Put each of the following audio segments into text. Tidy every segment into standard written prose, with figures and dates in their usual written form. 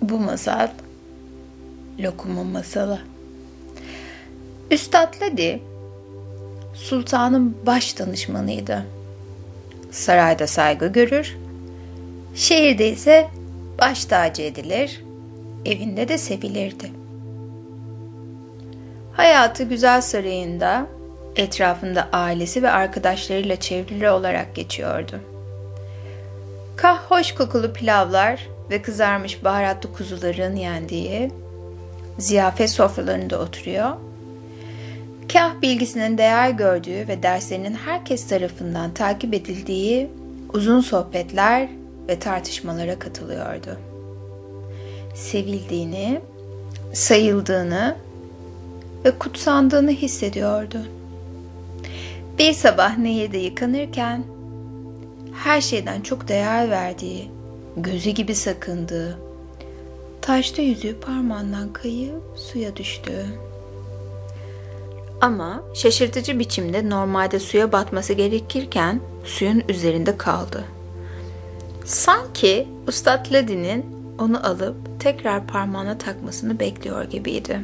Bu masal Lokum'un masalı. Üstad Ladi, sultanın baş danışmanıydı. Sarayda saygı görür, şehirde ise baş tacı edilir, evinde de sevilirdi. Hayatı güzel sarayında, etrafında ailesi ve arkadaşlarıyla çevrili olarak geçiyordu. Kah hoş kokulu pilavlar ve kızarmış baharatlı kuzuların yendiği ziyafet sofralarında oturuyor, kah bilgisinin değer gördüğü ve derslerinin herkes tarafından takip edildiği uzun sohbetler ve tartışmalara katılıyordu. Sevildiğini, sayıldığını ve kutsandığını hissediyordu. Bir sabah nehirde yıkanırken her şeyden çok değer verdiği, gözü gibi sakındığı, taşta yüzüğü parmağından kayıp suya düştü. Ama şaşırtıcı biçimde normalde suya batması gerekirken suyun üzerinde kaldı. Sanki Üstad Ladi'nin onu alıp tekrar parmağına takmasını bekliyor gibiydi.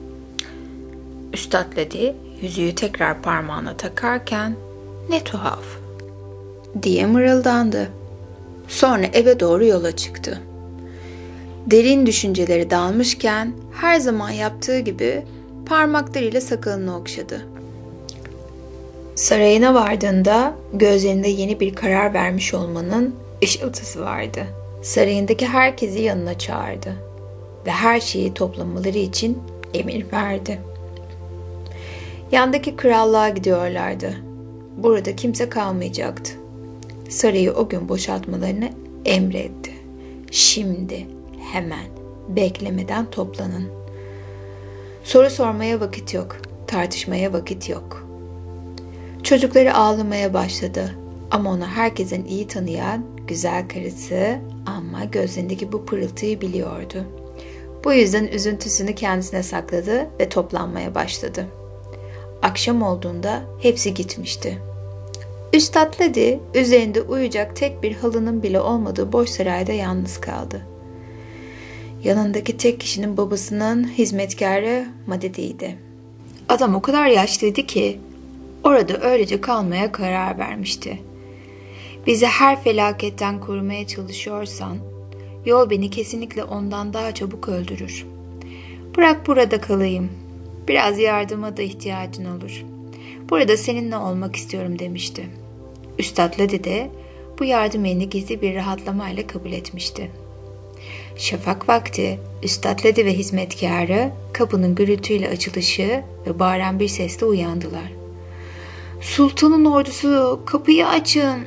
Üstad Ladi yüzüğü tekrar parmağına takarken "Ne tuhaf" diye mırıldandı. Sonra eve doğru yola çıktı. Derin düşünceleri dalmışken her zaman yaptığı gibi parmaklarıyla sakalını okşadı. Sarayına vardığında gözlerinde yeni bir karar vermiş olmanın ışıltısı vardı. Sarayındaki herkesi yanına çağırdı ve her şeyi toplamaları için emir verdi. Yandaki krallığa gidiyorlardı. Burada kimse kalmayacaktı. Sarayı o gün boşaltmalarını emretti. Şimdi, hemen, beklemeden toplanın. Soru sormaya vakit yok, tartışmaya vakit yok. Çocukları ağlamaya başladı ama onu herkesin iyi tanıyan güzel karısı ama gözlerindeki bu pırıltıyı biliyordu. Bu yüzden üzüntüsünü kendisine sakladı ve toplanmaya başladı. Akşam olduğunda hepsi gitmişti. Üstad Ladi üzerinde uyuyacak tek bir halının bile olmadığı boş sarayda yalnız kaldı. Yanındaki tek kişinin babasının hizmetkarı Madedi'ydi. Adam o kadar yaşlıydı ki orada öylece kalmaya karar vermişti. Bizi her felaketten korumaya çalışıyorsan yol beni kesinlikle ondan daha çabuk öldürür. Bırak burada kalayım. Biraz yardıma da ihtiyacın olur. Burada seninle olmak istiyorum demişti. Üstad Ladi de bu yardım elini gizli bir rahatlamayla kabul etmişti. Şafak vakti Üstad Ladi ve hizmetkarı kapının gürültüyle açılışı ve bağıran bir sesle uyandılar. "Sultanın ordusu, kapıyı açın!"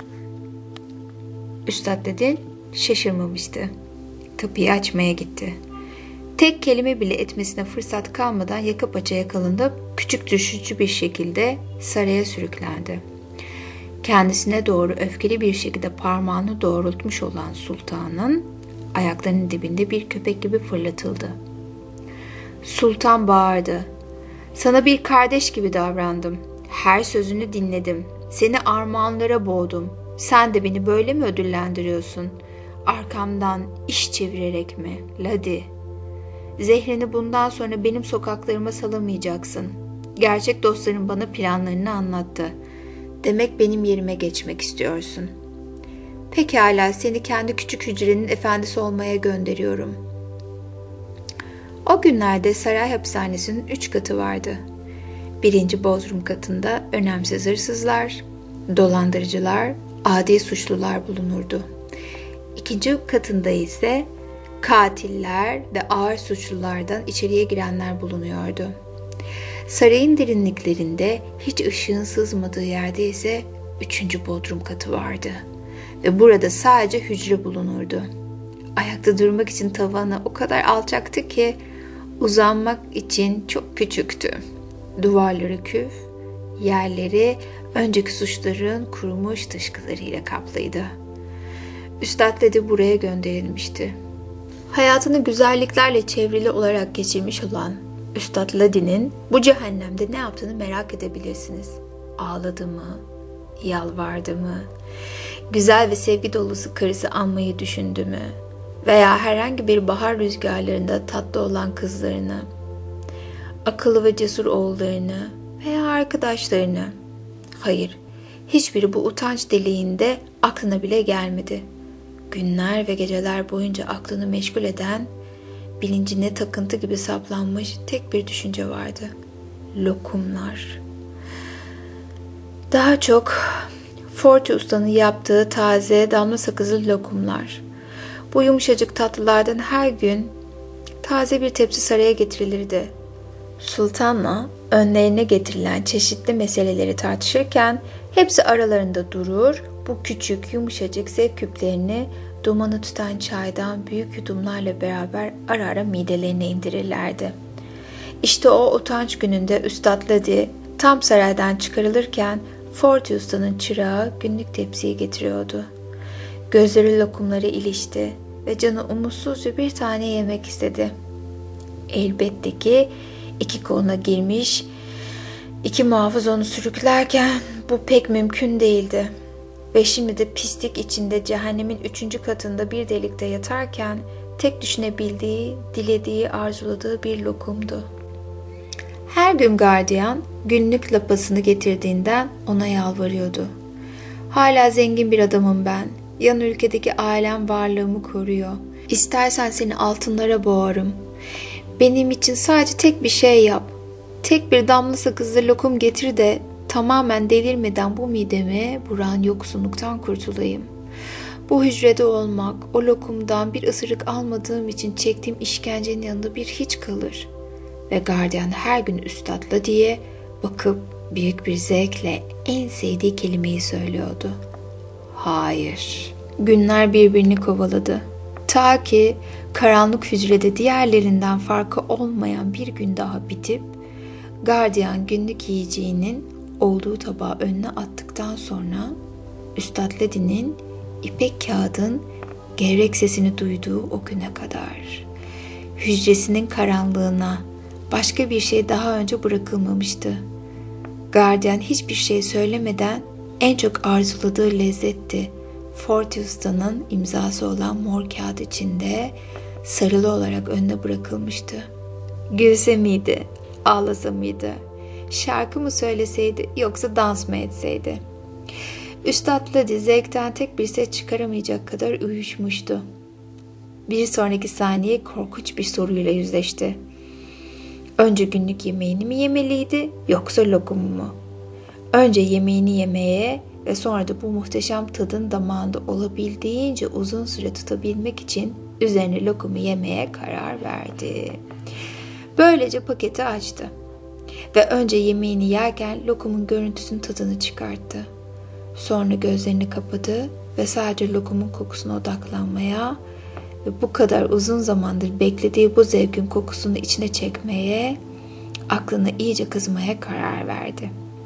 Üstad Ladi şaşırmamıştı. Kapıyı açmaya gitti. Tek kelime bile etmesine fırsat kalmadan yaka paça yakalanıp küçük düşücü bir şekilde saraya sürüklendi. Kendisine doğru öfkeli bir şekilde parmağını doğrultmuş olan sultanın ayaklarının dibinde bir köpek gibi fırlatıldı. Sultan bağırdı. "Sana bir kardeş gibi davrandım. Her sözünü dinledim. Seni armağanlara boğdum. Sen de beni böyle mi ödüllendiriyorsun? Arkamdan iş çevirerek mi? Ladi. Zehrini bundan sonra benim sokaklarıma salamayacaksın. Gerçek dostlarım bana planlarını anlattı. Demek benim yerime geçmek istiyorsun. Pekala, seni kendi küçük hücrenin efendisi olmaya gönderiyorum." O günlerde saray hapishanesinin 3 katı vardı. 1. bodrum katında önemsiz hırsızlar, dolandırıcılar, adi suçlular bulunurdu. 2. katında ise katiller ve ağır suçlulardan içeriye girenler bulunuyordu. Sarayın derinliklerinde hiç ışığın sızmadığı yerde ise 3. bodrum katı vardı. Ve burada sadece hücre bulunurdu. Ayakta durmak için tavanı o kadar alçaktı ki uzanmak için çok küçüktü. Duvarları küf, yerleri önceki suçların kurumuş dışkılarıyla kaplıydı. Üstad Ladi buraya gönderilmişti. Hayatını güzelliklerle çevrili olarak geçirmiş olan Üstad Ladi'nin bu cehennemde ne yaptığını merak edebilirsiniz. Ağladı mı? Yalvardı mı? Güzel ve sevgi dolusu karısı anmayı düşündü mü? veya herhangi bir bahar rüzgarlarında tatlı olan kızlarını, akıllı ve cesur oğullarını veya arkadaşlarını. Hayır, hiçbiri bu utanç deliğinde aklına bile gelmedi. Günler ve geceler boyunca aklını meşgul eden, bilincine takıntı gibi saplanmış tek bir düşünce vardı. Lokumlar. Daha çok Forti Usta'nın yaptığı taze damla sakızlı lokumlar. Bu yumuşacık tatlılardan her gün taze bir tepsi saraya getirilirdi. Sultanla önlerine getirilen çeşitli meseleleri tartışırken hepsi aralarında durur, bu küçük yumuşacık zev küplerini dumanı tutan çaydan büyük yudumlarla beraber ara ara midelerine indirirlerdi. İşte o utanç gününde Üstad Ladi tam saraydan çıkarılırken Forti Usta'nın çırağı günlük tepsiyi getiriyordu. Gözleri lokumları ilişti ve canı umutsuzca bir tane yemek istedi. Elbette ki iki koluna girmiş, iki muhafız onu sürüklerken bu pek mümkün değildi. Ve şimdi de pislik içinde cehennemin 3. katında bir delikte yatarken tek düşünebildiği, dilediği, arzuladığı bir lokumdu. Her gün gardiyan günlük lapasını getirdiğinden ona yalvarıyordu. Hala zengin bir adamım ben. Yan ülkedeki ailem varlığımı koruyor. İstersen seni altınlara boğarım. Benim için sadece tek bir şey yap. Tek bir damla sakızlı lokum getir de tamamen delirmeden bu mideme vuran yoksunluktan kurtulayım. Bu hücrede olmak, o lokumdan bir ısırık almadığım için çektiğim işkencenin yanında bir hiç kalır. Ve gardiyan her gün üstadla diye bakıp büyük bir zevkle en sevdiği kelimeyi söylüyordu. Hayır. Günler birbirini kovaladı. Ta ki karanlık hücrede diğerlerinden farkı olmayan bir gün daha bitip gardiyan günlük yiyeceğinin olduğu tabağı önüne attıktan sonra Üstad Ladi'nin ipek kağıdın gevrek sesini duyduğu o güne kadar hücresinin karanlığına başka bir şey daha önce bırakılmamıştı. Gardiyan hiçbir şey söylemeden en çok arzuladığı lezzetti. Forti Usta'nın imzası olan mor kağıt içinde sarılı olarak önüne bırakılmıştı. Gülse miydi, ağlasa mıydı, şarkı mı söyleseydi yoksa dans mı etseydi? Üstad Ladi zevkten tek bir ses çıkaramayacak kadar uyuşmuştu. Bir sonraki saniye korkunç bir soruyla yüzleşti. Önce günlük yemeğini mi yemeliydi yoksa lokumu mu? Önce yemeğini yemeye ve sonra da bu muhteşem tadın damağında olabildiğince uzun süre tutabilmek için üzerine lokumu yemeye karar verdi. Böylece paketi açtı ve önce yemeğini yerken lokumun görüntüsünün tadını çıkarttı. Sonra gözlerini kapadı ve sadece lokumun kokusuna odaklanmaya ve bu kadar uzun zamandır beklediği bu zevkin kokusunu içine çekmeye, aklına iyice kızmaya karar verdi.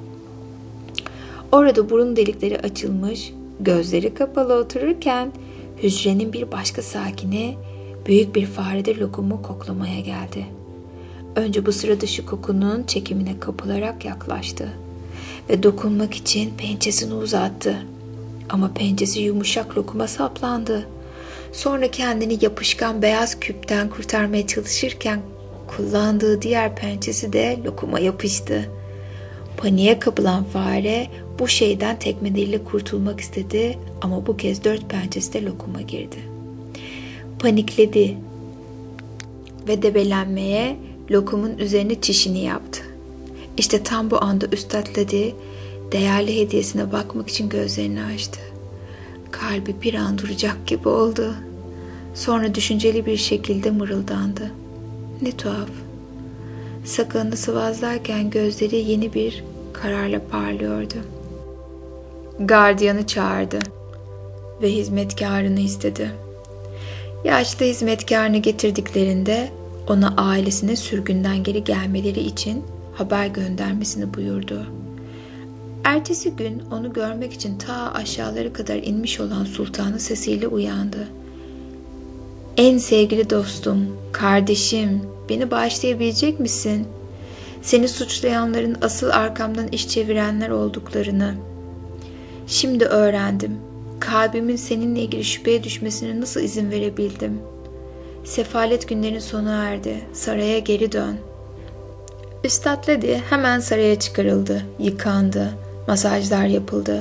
Orada burun delikleri açılmış, gözleri kapalı otururken hücrenin bir başka sakini büyük bir farede lokumu koklamaya geldi. Önce bu sıra dışı kokunun çekimine kapılarak yaklaştı ve dokunmak için pençesini uzattı. Ama pençesi yumuşak lokuma saplandı. Sonra kendini yapışkan beyaz küpten kurtarmaya çalışırken kullandığı diğer pençesi de lokuma yapıştı. Paniğe kapılan fare bu şeyden tekmeleriyle kurtulmak istedi ama bu kez 4 pençesi de lokuma girdi. Panikledi ve debelenmeye lokumun üzerine çişini yaptı. İşte tam bu anda Üstad Ladi değerli hediyesine bakmak için gözlerini açtı. Kalbi bir an duracak gibi oldu. Sonra düşünceli bir şekilde mırıldandı. Ne tuhaf. Sakalını sıvazlarken gözleri yeni bir kararla parlıyordu. Gardiyanı çağırdı ve hizmetkarını istedi. Yaşlı hizmetkarını getirdiklerinde ona ailesine sürgünden geri gelmeleri için haber göndermesini buyurdu. Ertesi gün onu görmek için ta aşağılara kadar inmiş olan sultanın sesiyle uyandı. En sevgili dostum, kardeşim, beni bağışlayabilecek misin? Seni suçlayanların asıl arkamdan iş çevirenler olduklarını. Şimdi öğrendim. Kalbimin seninle ilgili şüpheye düşmesine nasıl izin verebildim? Sefalet günlerin sona erdi. Saraya geri dön. Üstad Ledi hemen saraya çıkarıldı. Yıkandı. Masajlar yapıldı.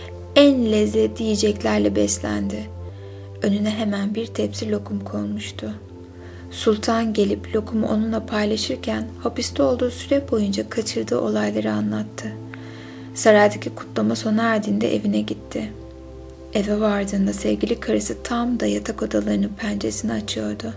En lezzetli yiyeceklerle beslendi. Önüne hemen bir tepsi lokum konmuştu. Sultan gelip lokumu onunla paylaşırken hapiste olduğu süre boyunca kaçırdığı olayları anlattı. Saraydaki kutlama sona erdiğinde evine gitti. Eve vardığında sevgili karısı tam da yatak odalarının penceresini açıyordu.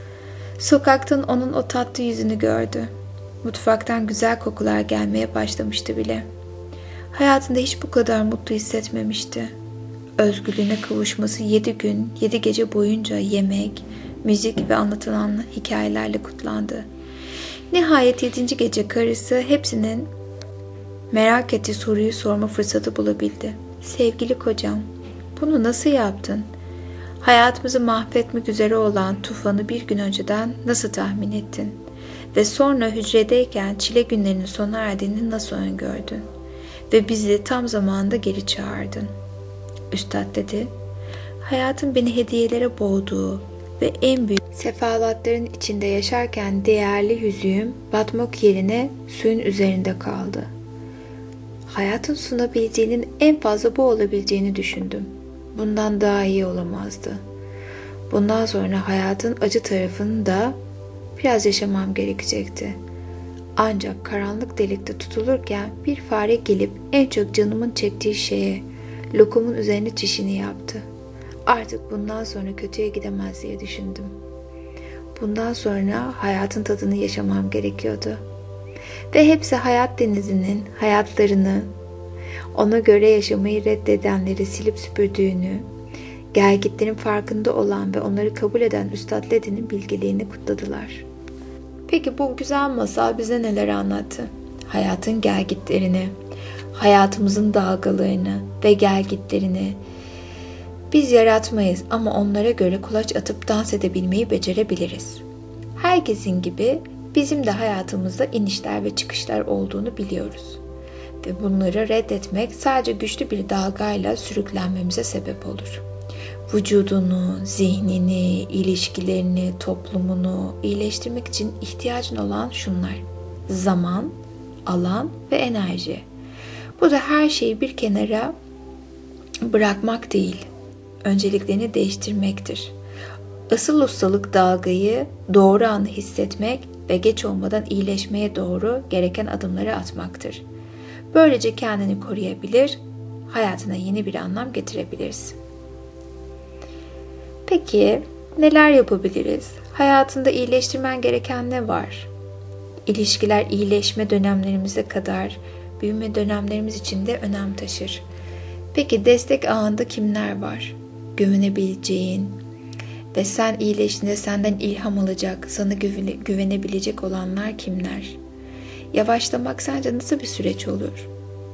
Sokaktan onun o tatlı yüzünü gördü. Mutfaktan güzel kokular gelmeye başlamıştı bile. Hayatında hiç bu kadar mutlu hissetmemişti. Özgürlüğüne kavuşması 7 gün, 7 gece boyunca yemek, müzik ve anlatılan hikayelerle kutlandı. Nihayet 7. gece karısı hepsinin merak ettiği soruyu sorma fırsatı bulabildi. Sevgili kocam, bunu nasıl yaptın? Hayatımızı mahvetmek üzere olan tufanı bir gün önceden nasıl tahmin ettin? Ve sonra hücredeyken çile günlerinin sona erdiğini nasıl öngördün? Ve bizi tam zamanında geri çağırdın. Üstad dedi, hayatın beni hediyelere boğduğu ve en büyük sefalatların içinde yaşarken değerli yüzüğüm batmak yerine suyun üzerinde kaldı. Hayatın sunabileceğinin en fazla bu olabileceğini düşündüm. Bundan daha iyi olamazdı. Bundan sonra hayatın acı tarafını da biraz yaşamam gerekecekti. Ancak karanlık delikte tutulurken bir fare gelip en çok canımın çektiği şeye, lokumun üzerine çişini yaptı. Artık bundan sonra kötüye gidemez diye düşündüm. Bundan sonra hayatın tadını yaşamam gerekiyordu. Ve hepsi hayat denizinin hayatlarını, ona göre yaşamayı reddedenleri silip süpürdüğünü, gelgitlerin farkında olan ve onları kabul eden Üstad Ledi'nin bilgeliğini kutladılar. Peki bu güzel masal bize neler anlattı? Hayatın gelgitlerini, hayatımızın dalgalarını ve gelgitlerini biz yaratmayız ama onlara göre kulaç atıp dans edebilmeyi becerebiliriz. Herkesin gibi bizim de hayatımızda inişler ve çıkışlar olduğunu biliyoruz. Ve bunları reddetmek sadece güçlü bir dalgayla sürüklenmemize sebep olur. Vücudunu, zihnini, ilişkilerini, toplumunu iyileştirmek için ihtiyacın olan şunlar: zaman, alan ve enerji. Bu da her şeyi bir kenara bırakmak değil, önceliklerini değiştirmektir. Asıl ustalık dalgayı doğru anı hissetmek ve geç olmadan iyileşmeye doğru gereken adımları atmaktır. Böylece kendini koruyabilir, hayatına yeni bir anlam getirebilirsin. Peki neler yapabiliriz? Hayatında iyileştirmen gereken ne var? İlişkiler iyileşme dönemlerimize kadar büyüme dönemlerimiz için de önem taşır. Peki destek ağında kimler var? Güvenebileceğin ve sen iyileştiğinde senden ilham alacak, sana güvenebilecek olanlar kimler? Yavaşlamak sence nasıl bir süreç olur?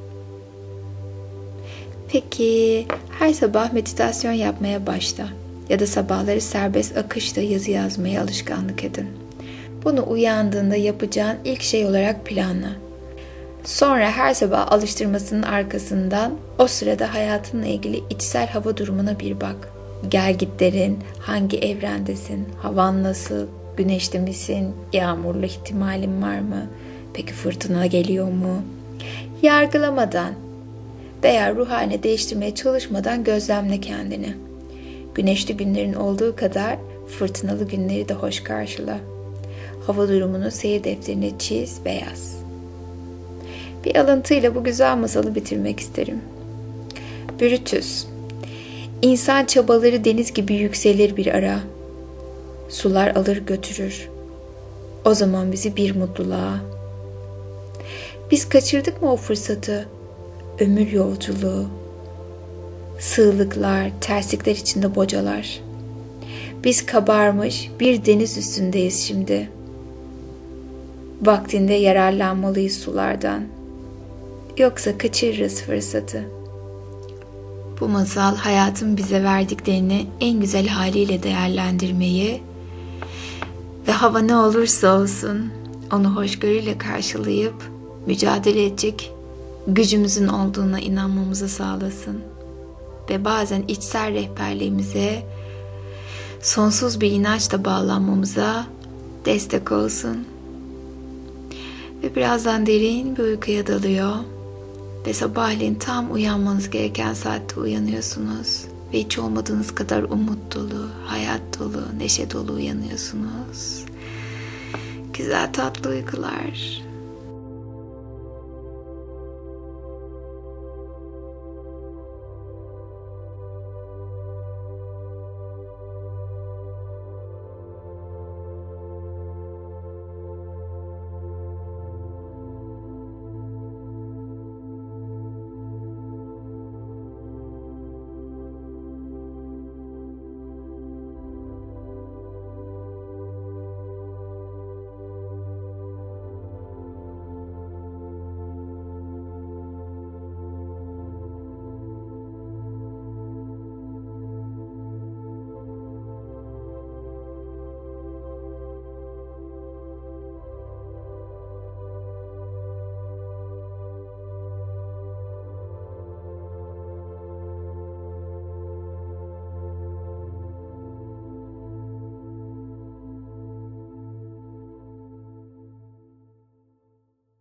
Peki her sabah meditasyon yapmaya başla ya da sabahları serbest akışta yazı yazmaya alışkanlık edin. Bunu uyandığında yapacağın ilk şey olarak planla. Sonra her sabah alıştırmasının arkasından o sırada hayatınla ilgili içsel hava durumuna bir bak. Gelgitlerin, hangi evrendesin, havan nasıl, güneşli misin, yağmurlu ihtimalin var mı, peki fırtına geliyor mu? Yargılamadan veya ruh haline değiştirmeye çalışmadan gözlemle kendini. Güneşli günlerin olduğu kadar fırtınalı günleri de hoş karşıla. Hava durumunu seyir defterine çiz ve yaz. Bir alıntıyla bu güzel masalı bitirmek isterim. Brutus, İnsan çabaları deniz gibi yükselir bir ara. Sular alır götürür. O zaman bizi bir mutluluğa. Biz kaçırdık mı o fırsatı? Ömür yolculuğu. Sığlıklar, terslikler içinde bocalar. Biz kabarmış bir deniz üstündeyiz şimdi. Vaktinde yararlanmalıyız sulardan. Yoksa kaçırırız fırsatı. Bu masal hayatın bize verdiklerini en güzel haliyle değerlendirmeyi ve hava ne olursa olsun onu hoşgörüyle karşılayıp mücadele edecek gücümüzün olduğuna inanmamızı sağlasın. ve bazen içsel rehberliğimize sonsuz bir inançla bağlanmamıza destek olsun. Ve birazdan derin bir uykuya dalıyor ve sabahleyin tam uyanmanız gereken saatte uyanıyorsunuz ve hiç olmadığınız kadar umut dolu, hayat dolu, neşe dolu uyanıyorsunuz. Güzel tatlı uykular.